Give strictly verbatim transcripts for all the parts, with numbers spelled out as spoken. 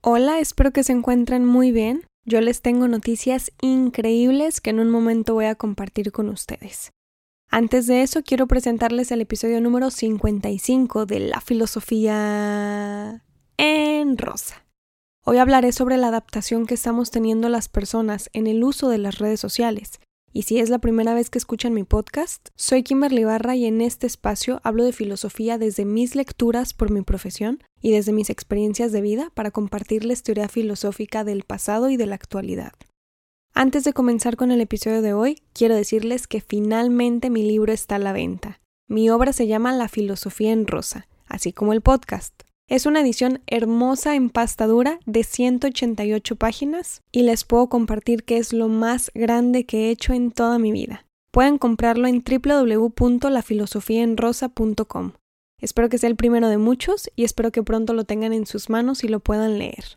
Hola, espero que se encuentren muy bien. Yo les tengo noticias increíbles que en un momento voy a compartir con ustedes. Antes de eso, quiero presentarles el episodio número cincuenta y cinco de La Filosofía en Rosa. Hoy hablaré sobre la adaptación que estamos teniendo las personas en el uso de las redes sociales. Y si es la primera vez que escuchan mi podcast, soy Kimberly Barra y en este espacio hablo de filosofía desde mis lecturas por mi profesión y desde mis experiencias de vida para compartirles teoría filosófica del pasado y de la actualidad. Antes de comenzar con el episodio de hoy, quiero decirles que finalmente mi libro está a la venta. Mi obra se llama La Filosofía en Rosa, así como el podcast. Es una edición hermosa en pasta dura de ciento ochenta y ocho páginas y les puedo compartir que es lo más grande que he hecho en toda mi vida. Pueden comprarlo en doble u doble u doble u punto la filosofía en rosa punto com. Espero que sea el primero de muchos y espero que pronto lo tengan en sus manos y lo puedan leer.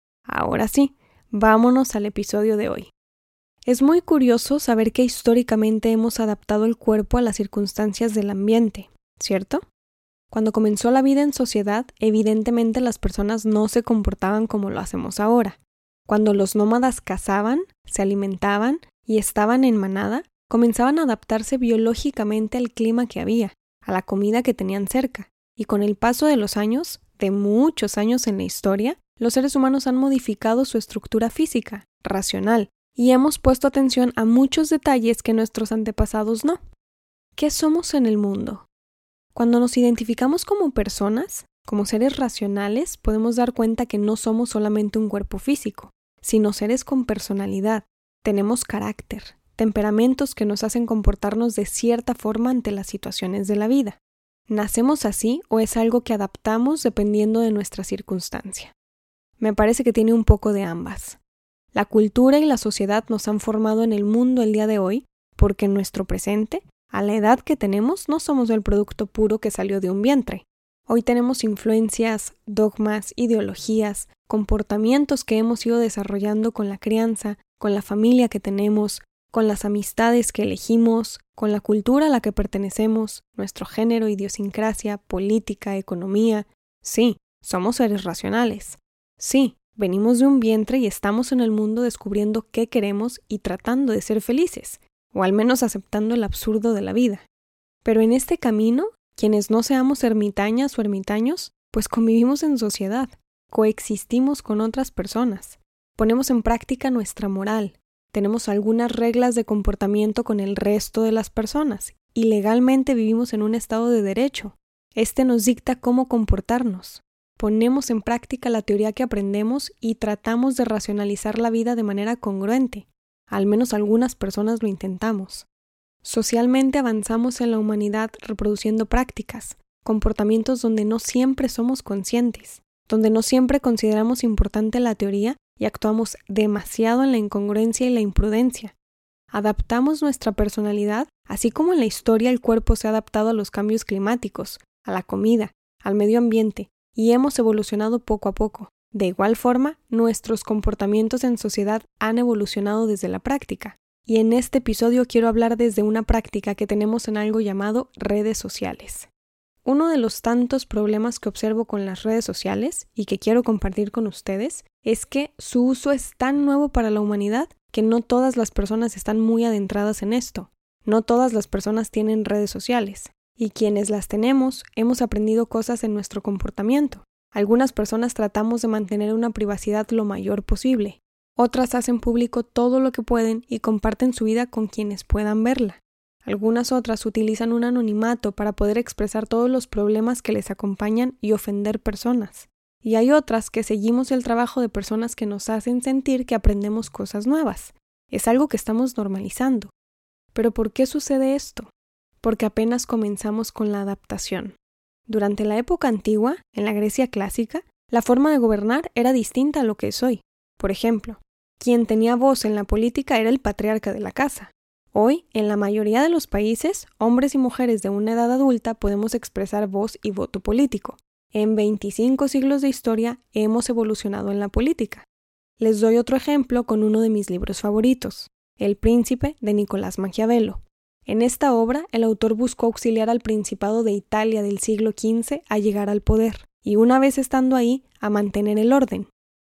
Ahora sí, vámonos al episodio de hoy. Es muy curioso saber que históricamente hemos adaptado el cuerpo a las circunstancias del ambiente, ¿cierto? Cuando comenzó la vida en sociedad, evidentemente las personas no se comportaban como lo hacemos ahora. Cuando los nómadas cazaban, se alimentaban y estaban en manada, comenzaban a adaptarse biológicamente al clima que había, a la comida que tenían cerca. Y con el paso de los años, de muchos años en la historia, los seres humanos han modificado su estructura física, racional, y hemos puesto atención a muchos detalles que nuestros antepasados no. ¿Qué somos en el mundo? Cuando nos identificamos como personas, como seres racionales, podemos dar cuenta que no somos solamente un cuerpo físico, sino seres con personalidad. Tenemos carácter, temperamentos que nos hacen comportarnos de cierta forma ante las situaciones de la vida. ¿Nacemos así o es algo que adaptamos dependiendo de nuestra circunstancia? Me parece que tiene un poco de ambas. La cultura y la sociedad nos han formado en el mundo el día de hoy porque en nuestro presente, a la edad que tenemos, no somos el producto puro que salió de un vientre. Hoy tenemos influencias, dogmas, ideologías, comportamientos que hemos ido desarrollando con la crianza, con la familia que tenemos, con las amistades que elegimos, con la cultura a la que pertenecemos, nuestro género, idiosincrasia, política, economía. Sí, somos seres racionales. Sí, venimos de un vientre y estamos en el mundo descubriendo qué queremos y tratando de ser felices. O al menos aceptando el absurdo de la vida. Pero en este camino, quienes no seamos ermitañas o ermitaños, pues convivimos en sociedad, coexistimos con otras personas, ponemos en práctica nuestra moral, tenemos algunas reglas de comportamiento con el resto de las personas y legalmente vivimos en un estado de derecho. Este nos dicta cómo comportarnos. Ponemos en práctica la teoría que aprendemos y tratamos de racionalizar la vida de manera congruente. Al menos algunas personas lo intentamos. Socialmente avanzamos en la humanidad reproduciendo prácticas, comportamientos donde no siempre somos conscientes, donde no siempre consideramos importante la teoría y actuamos demasiado en la incongruencia y la imprudencia. Adaptamos nuestra personalidad, así como en la historia el cuerpo se ha adaptado a los cambios climáticos, a la comida, al medio ambiente, y hemos evolucionado poco a poco. De igual forma, nuestros comportamientos en sociedad han evolucionado desde la práctica. Y en este episodio quiero hablar desde una práctica que tenemos en algo llamado redes sociales. Uno de los tantos problemas que observo con las redes sociales y que quiero compartir con ustedes es que su uso es tan nuevo para la humanidad que no todas las personas están muy adentradas en esto. No todas las personas tienen redes sociales. Y quienes las tenemos, hemos aprendido cosas en nuestro comportamiento. Algunas personas tratamos de mantener una privacidad lo mayor posible. Otras hacen público todo lo que pueden y comparten su vida con quienes puedan verla. Algunas otras utilizan un anonimato para poder expresar todos los problemas que les acompañan y ofender personas. Y hay otras que seguimos el trabajo de personas que nos hacen sentir que aprendemos cosas nuevas. Es algo que estamos normalizando. ¿Pero por qué sucede esto? Porque apenas comenzamos con la adaptación. Durante la época antigua, en la Grecia clásica, la forma de gobernar era distinta a lo que es hoy. Por ejemplo, quien tenía voz en la política era el patriarca de la casa. Hoy, en la mayoría de los países, hombres y mujeres de una edad adulta podemos expresar voz y voto político. En veinticinco siglos de historia hemos evolucionado en la política. Les doy otro ejemplo con uno de mis libros favoritos, El Príncipe de Nicolás Maquiavelo. En esta obra, el autor buscó auxiliar al Principado de Italia del siglo quince a llegar al poder, y una vez estando ahí, a mantener el orden.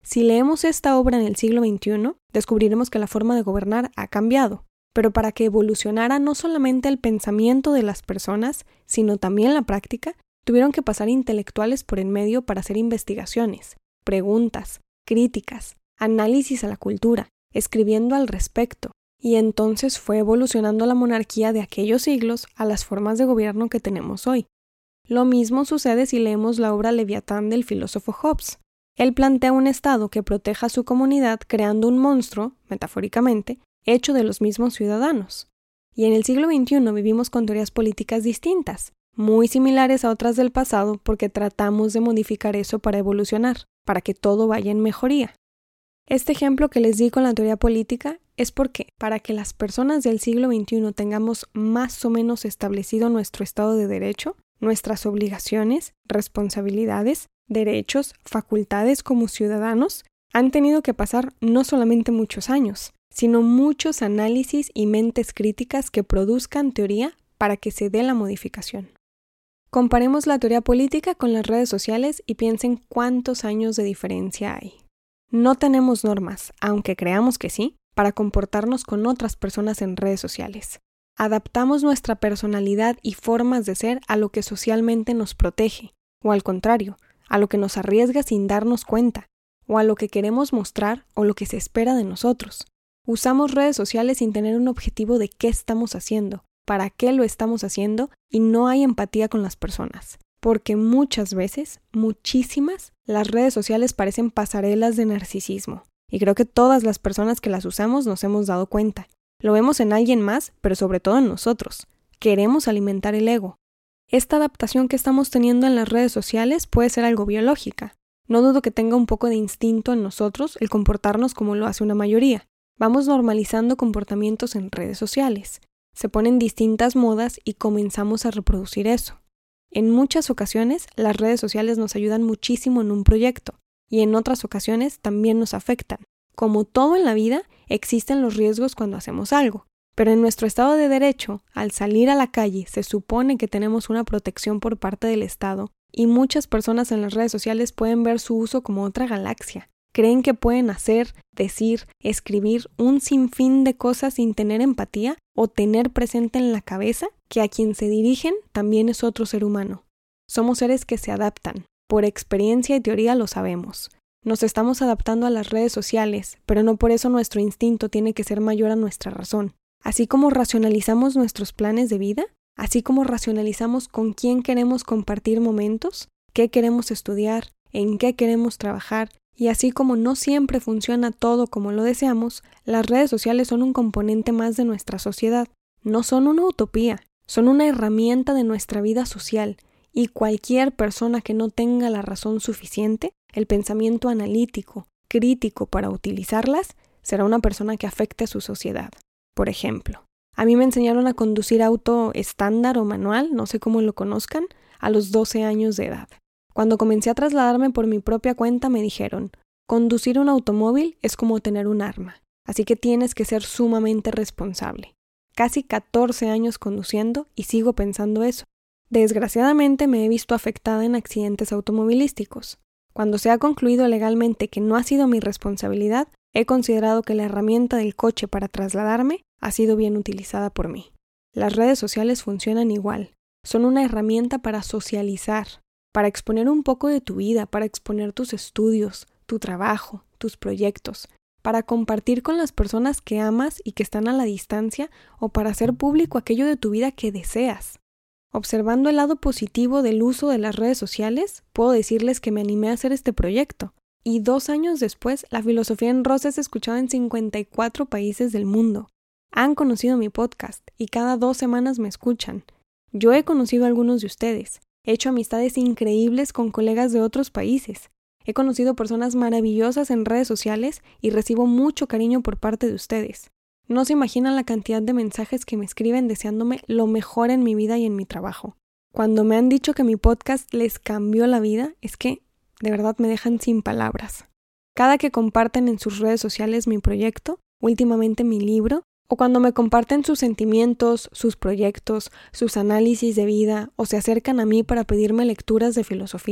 Si leemos esta obra en el siglo veintiuno, descubriremos que la forma de gobernar ha cambiado, pero para que evolucionara no solamente el pensamiento de las personas, sino también la práctica, tuvieron que pasar intelectuales por en medio para hacer investigaciones, preguntas, críticas, análisis a la cultura, escribiendo al respecto, y entonces fue evolucionando la monarquía de aquellos siglos a las formas de gobierno que tenemos hoy. Lo mismo sucede si leemos la obra Leviatán del filósofo Hobbes. Él plantea un Estado que proteja a su comunidad creando un monstruo, metafóricamente, hecho de los mismos ciudadanos. Y en el siglo veintiuno vivimos con teorías políticas distintas, muy similares a otras del pasado porque tratamos de modificar eso para evolucionar, para que todo vaya en mejoría. Este ejemplo que les di con la teoría política es porque, para que las personas del siglo veintiuno tengamos más o menos establecido nuestro Estado de Derecho, nuestras obligaciones, responsabilidades, derechos, facultades como ciudadanos, han tenido que pasar no solamente muchos años, sino muchos análisis y mentes críticas que produzcan teoría para que se dé la modificación. Comparemos la teoría política con las redes sociales y piensen cuántos años de diferencia hay. No tenemos normas, aunque creamos que sí, para comportarnos con otras personas en redes sociales. Adaptamos nuestra personalidad y formas de ser a lo que socialmente nos protege, o al contrario, a lo que nos arriesga sin darnos cuenta, o a lo que queremos mostrar o lo que se espera de nosotros. Usamos redes sociales sin tener un objetivo de qué estamos haciendo, para qué lo estamos haciendo, y no hay empatía con las personas. Porque muchas veces, muchísimas, las redes sociales parecen pasarelas de narcisismo. Y creo que todas las personas que las usamos nos hemos dado cuenta. Lo vemos en alguien más, pero sobre todo en nosotros. Queremos alimentar el ego. Esta adaptación que estamos teniendo en las redes sociales puede ser algo biológica. No dudo que tenga un poco de instinto en nosotros el comportarnos como lo hace una mayoría. Vamos normalizando comportamientos en redes sociales. Se ponen distintas modas y comenzamos a reproducir eso. En muchas ocasiones, las redes sociales nos ayudan muchísimo en un proyecto, y en otras ocasiones también nos afectan. Como todo en la vida, existen los riesgos cuando hacemos algo, pero en nuestro Estado de Derecho, al salir a la calle, se supone que tenemos una protección por parte del Estado, y muchas personas en las redes sociales pueden ver su uso como otra galaxia. Creen que pueden hacer, decir, escribir un sinfín de cosas sin tener empatía o tener presente en la cabeza que a quien se dirigen también es otro ser humano. Somos seres que se adaptan. Por experiencia y teoría lo sabemos. Nos estamos adaptando a las redes sociales, pero no por eso nuestro instinto tiene que ser mayor a nuestra razón. Así como racionalizamos nuestros planes de vida, así como racionalizamos con quién queremos compartir momentos, qué queremos estudiar, en qué queremos trabajar, y así como no siempre funciona todo como lo deseamos, las redes sociales son un componente más de nuestra sociedad. No son una utopía, son una herramienta de nuestra vida social, y cualquier persona que no tenga la razón suficiente, el pensamiento analítico, crítico para utilizarlas, será una persona que afecte a su sociedad. Por ejemplo, a mí me enseñaron a conducir auto estándar o manual, no sé cómo lo conozcan, a los doce años de edad. Cuando comencé a trasladarme por mi propia cuenta me dijeron, conducir un automóvil es como tener un arma, así que tienes que ser sumamente responsable. Casi catorce años conduciendo y sigo pensando eso. Desgraciadamente me he visto afectada en accidentes automovilísticos. Cuando se ha concluido legalmente que no ha sido mi responsabilidad, he considerado que la herramienta del coche para trasladarme ha sido bien utilizada por mí. Las redes sociales funcionan igual. Son una herramienta para socializar, para exponer un poco de tu vida, para exponer tus estudios, tu trabajo, tus proyectos, para compartir con las personas que amas y que están a la distancia o para hacer público aquello de tu vida que deseas. Observando el lado positivo del uso de las redes sociales, puedo decirles que me animé a hacer este proyecto. Y dos años después, la filosofía en rosa es escuchada en cincuenta y cuatro países del mundo. Han conocido mi podcast y cada dos semanas me escuchan. Yo he conocido a algunos de ustedes. He hecho amistades increíbles con colegas de otros países. He conocido personas maravillosas en redes sociales y recibo mucho cariño por parte de ustedes. No se imaginan la cantidad de mensajes que me escriben deseándome lo mejor en mi vida y en mi trabajo. Cuando me han dicho que mi podcast les cambió la vida, es que de verdad me dejan sin palabras. Cada que comparten en sus redes sociales mi proyecto, últimamente mi libro, o cuando me comparten sus sentimientos, sus proyectos, sus análisis de vida, o se acercan a mí para pedirme lecturas de filosofía,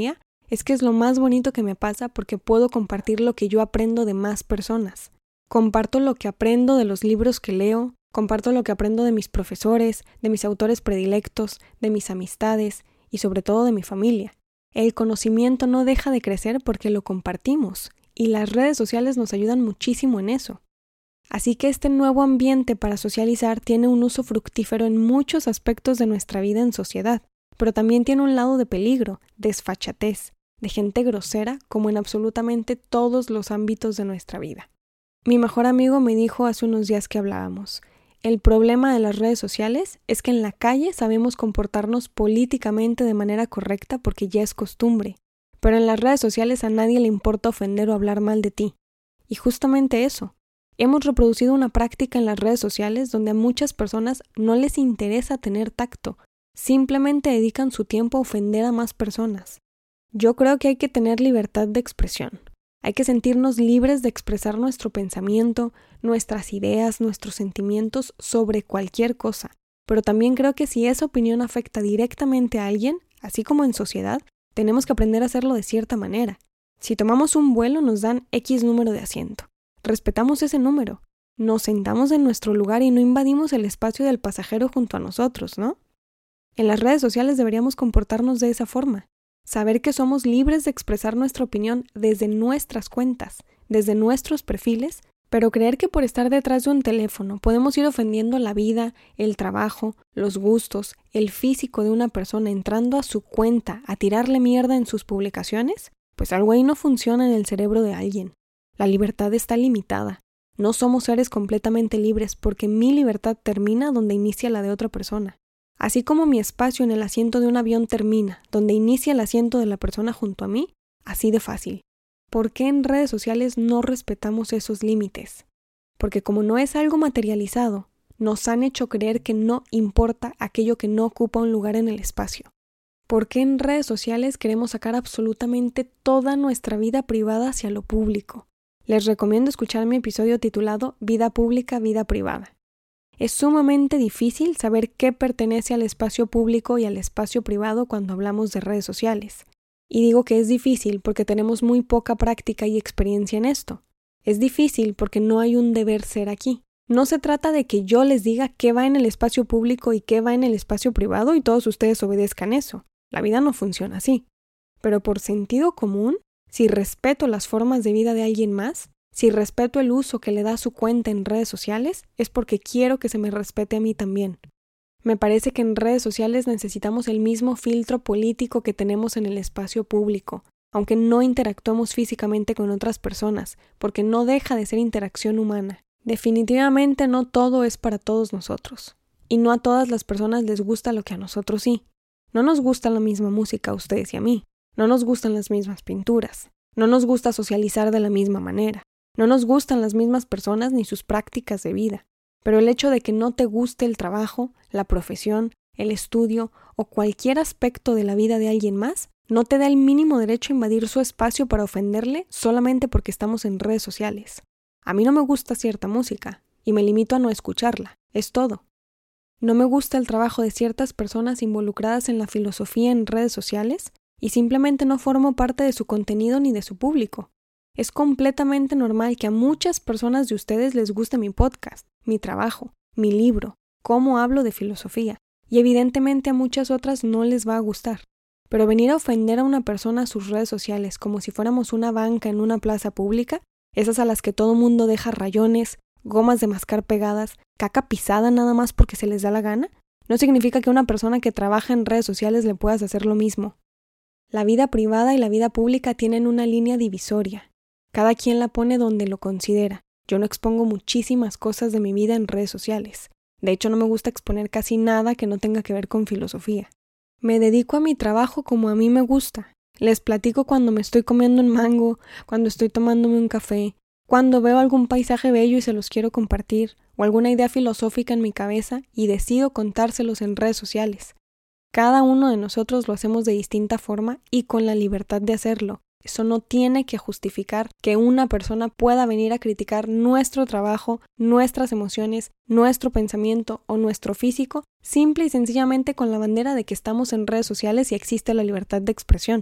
Es que es lo más bonito que me pasa porque puedo compartir lo que yo aprendo de más personas. Comparto lo que aprendo de los libros que leo, comparto lo que aprendo de mis profesores, de mis autores predilectos, de mis amistades y sobre todo de mi familia. El conocimiento no deja de crecer porque lo compartimos y las redes sociales nos ayudan muchísimo en eso. Así que este nuevo ambiente para socializar tiene un uso fructífero en muchos aspectos de nuestra vida en sociedad, pero también tiene un lado de peligro, desfachatez, de gente grosera, como en absolutamente todos los ámbitos de nuestra vida. Mi mejor amigo me dijo hace unos días que hablábamos, el problema de las redes sociales es que en la calle sabemos comportarnos políticamente de manera correcta porque ya es costumbre, pero en las redes sociales a nadie le importa ofender o hablar mal de ti. Y justamente eso. Hemos reproducido una práctica en las redes sociales donde a muchas personas no les interesa tener tacto, simplemente dedican su tiempo a ofender a más personas. Yo creo que hay que tener libertad de expresión. Hay que sentirnos libres de expresar nuestro pensamiento, nuestras ideas, nuestros sentimientos sobre cualquier cosa. Pero también creo que si esa opinión afecta directamente a alguien, así como en sociedad, tenemos que aprender a hacerlo de cierta manera. Si tomamos un vuelo nos dan X número de asiento. Respetamos ese número. Nos sentamos en nuestro lugar y no invadimos el espacio del pasajero junto a nosotros, ¿no? En las redes sociales deberíamos comportarnos de esa forma. Saber que somos libres de expresar nuestra opinión desde nuestras cuentas, desde nuestros perfiles, pero creer que por estar detrás de un teléfono podemos ir ofendiendo la vida, el trabajo, los gustos, el físico de una persona entrando a su cuenta a tirarle mierda en sus publicaciones, pues algo ahí no funciona en el cerebro de alguien. La libertad está limitada. No somos seres completamente libres porque mi libertad termina donde inicia la de otra persona. Así como mi espacio en el asiento de un avión termina donde inicia el asiento de la persona junto a mí, así de fácil. ¿Por qué en redes sociales no respetamos esos límites? Porque como no es algo materializado, nos han hecho creer que no importa aquello que no ocupa un lugar en el espacio. ¿Por qué en redes sociales queremos sacar absolutamente toda nuestra vida privada hacia lo público? Les recomiendo escuchar mi episodio titulado Vida pública, vida privada. Es sumamente difícil saber qué pertenece al espacio público y al espacio privado cuando hablamos de redes sociales. Y digo que es difícil porque tenemos muy poca práctica y experiencia en esto. Es difícil porque no hay un deber ser aquí. No se trata de que yo les diga qué va en el espacio público y qué va en el espacio privado y todos ustedes obedezcan eso. La vida no funciona así. Pero por sentido común, si respeto las formas de vida de alguien más, si respeto el uso que le da su cuenta en redes sociales, es porque quiero que se me respete a mí también. Me parece que en redes sociales necesitamos el mismo filtro político que tenemos en el espacio público, aunque no interactuamos físicamente con otras personas, porque no deja de ser interacción humana. Definitivamente no todo es para todos nosotros, y no a todas las personas les gusta lo que a nosotros sí. No nos gusta la misma música a ustedes y a mí. No nos gustan las mismas pinturas, no nos gusta socializar de la misma manera, no nos gustan las mismas personas ni sus prácticas de vida, pero el hecho de que no te guste el trabajo, la profesión, el estudio o cualquier aspecto de la vida de alguien más, no te da el mínimo derecho a invadir su espacio para ofenderle solamente porque estamos en redes sociales. A mí no me gusta cierta música y me limito a no escucharla, es todo. No me gusta el trabajo de ciertas personas involucradas en la filosofía en redes sociales y simplemente no formo parte de su contenido ni de su público. Es completamente normal que a muchas personas de ustedes les guste mi podcast, mi trabajo, mi libro, cómo hablo de filosofía, y evidentemente a muchas otras no les va a gustar. Pero venir a ofender a una persona a sus redes sociales como si fuéramos una banca en una plaza pública, esas a las que todo mundo deja rayones, gomas de mascar pegadas, caca pisada nada más porque se les da la gana, no significa que a una persona que trabaja en redes sociales le puedas hacer lo mismo. La vida privada y la vida pública tienen una línea divisoria. Cada quien la pone donde lo considera. Yo no expongo muchísimas cosas de mi vida en redes sociales. De hecho, no me gusta exponer casi nada que no tenga que ver con filosofía. Me dedico a mi trabajo como a mí me gusta. Les platico cuando me estoy comiendo un mango, cuando estoy tomándome un café, cuando veo algún paisaje bello y se los quiero compartir, o alguna idea filosófica en mi cabeza y decido contárselos en redes sociales. Cada uno de nosotros lo hacemos de distinta forma y con la libertad de hacerlo. Eso no tiene que justificar que una persona pueda venir a criticar nuestro trabajo, nuestras emociones, nuestro pensamiento o nuestro físico, simple y sencillamente con la bandera de que estamos en redes sociales y existe la libertad de expresión.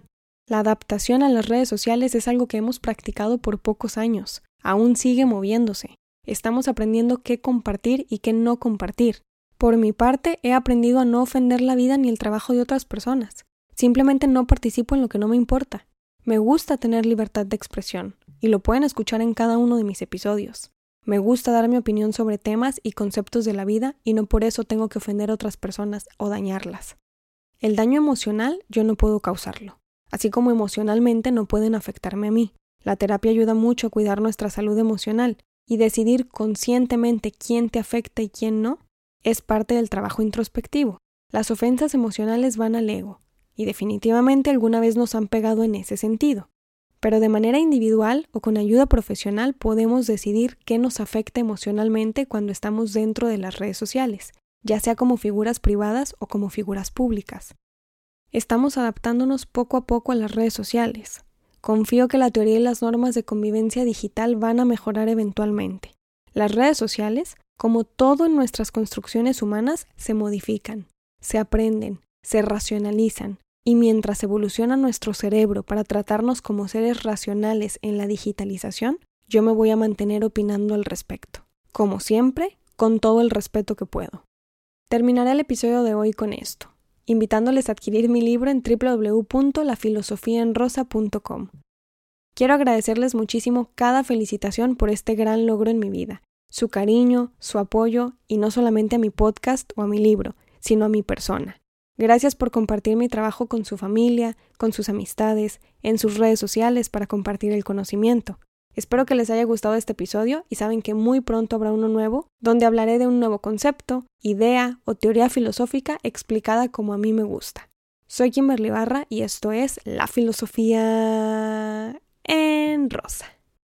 La adaptación a las redes sociales es algo que hemos practicado por pocos años. Aún sigue moviéndose. Estamos aprendiendo qué compartir y qué no compartir. Por mi parte, he aprendido a no ofender la vida ni el trabajo de otras personas. Simplemente no participo en lo que no me importa. Me gusta tener libertad de expresión, y lo pueden escuchar en cada uno de mis episodios. Me gusta dar mi opinión sobre temas y conceptos de la vida y no por eso tengo que ofender a otras personas o dañarlas. El daño emocional yo no puedo causarlo, así como emocionalmente no pueden afectarme a mí. La terapia ayuda mucho a cuidar nuestra salud emocional y decidir conscientemente quién te afecta y quién no es parte del trabajo introspectivo. Las ofensas emocionales van al ego y definitivamente alguna vez nos han pegado en ese sentido. Pero de manera individual o con ayuda profesional podemos decidir qué nos afecta emocionalmente cuando estamos dentro de las redes sociales, ya sea como figuras privadas o como figuras públicas. Estamos adaptándonos poco a poco a las redes sociales. Confío que la teoría y las normas de convivencia digital van a mejorar eventualmente. Las redes sociales, como todo en nuestras construcciones humanas, se modifican, se aprenden, se racionalizan. Y mientras evoluciona nuestro cerebro para tratarnos como seres racionales en la digitalización, yo me voy a mantener opinando al respecto. Como siempre, con todo el respeto que puedo. Terminaré el episodio de hoy con esto, invitándoles a adquirir mi libro en doble u doble u doble u punto la filosofía en rosa punto com. Quiero agradecerles muchísimo cada felicitación por este gran logro en mi vida, su cariño, su apoyo, y no solamente a mi podcast o a mi libro, sino a mi persona. Gracias por compartir mi trabajo con su familia, con sus amistades, en sus redes sociales para compartir el conocimiento. Espero que les haya gustado este episodio y saben que muy pronto habrá uno nuevo, donde hablaré de un nuevo concepto, idea o teoría filosófica explicada como a mí me gusta. Soy Kimberly Barra y esto es La Filosofía en Rosa.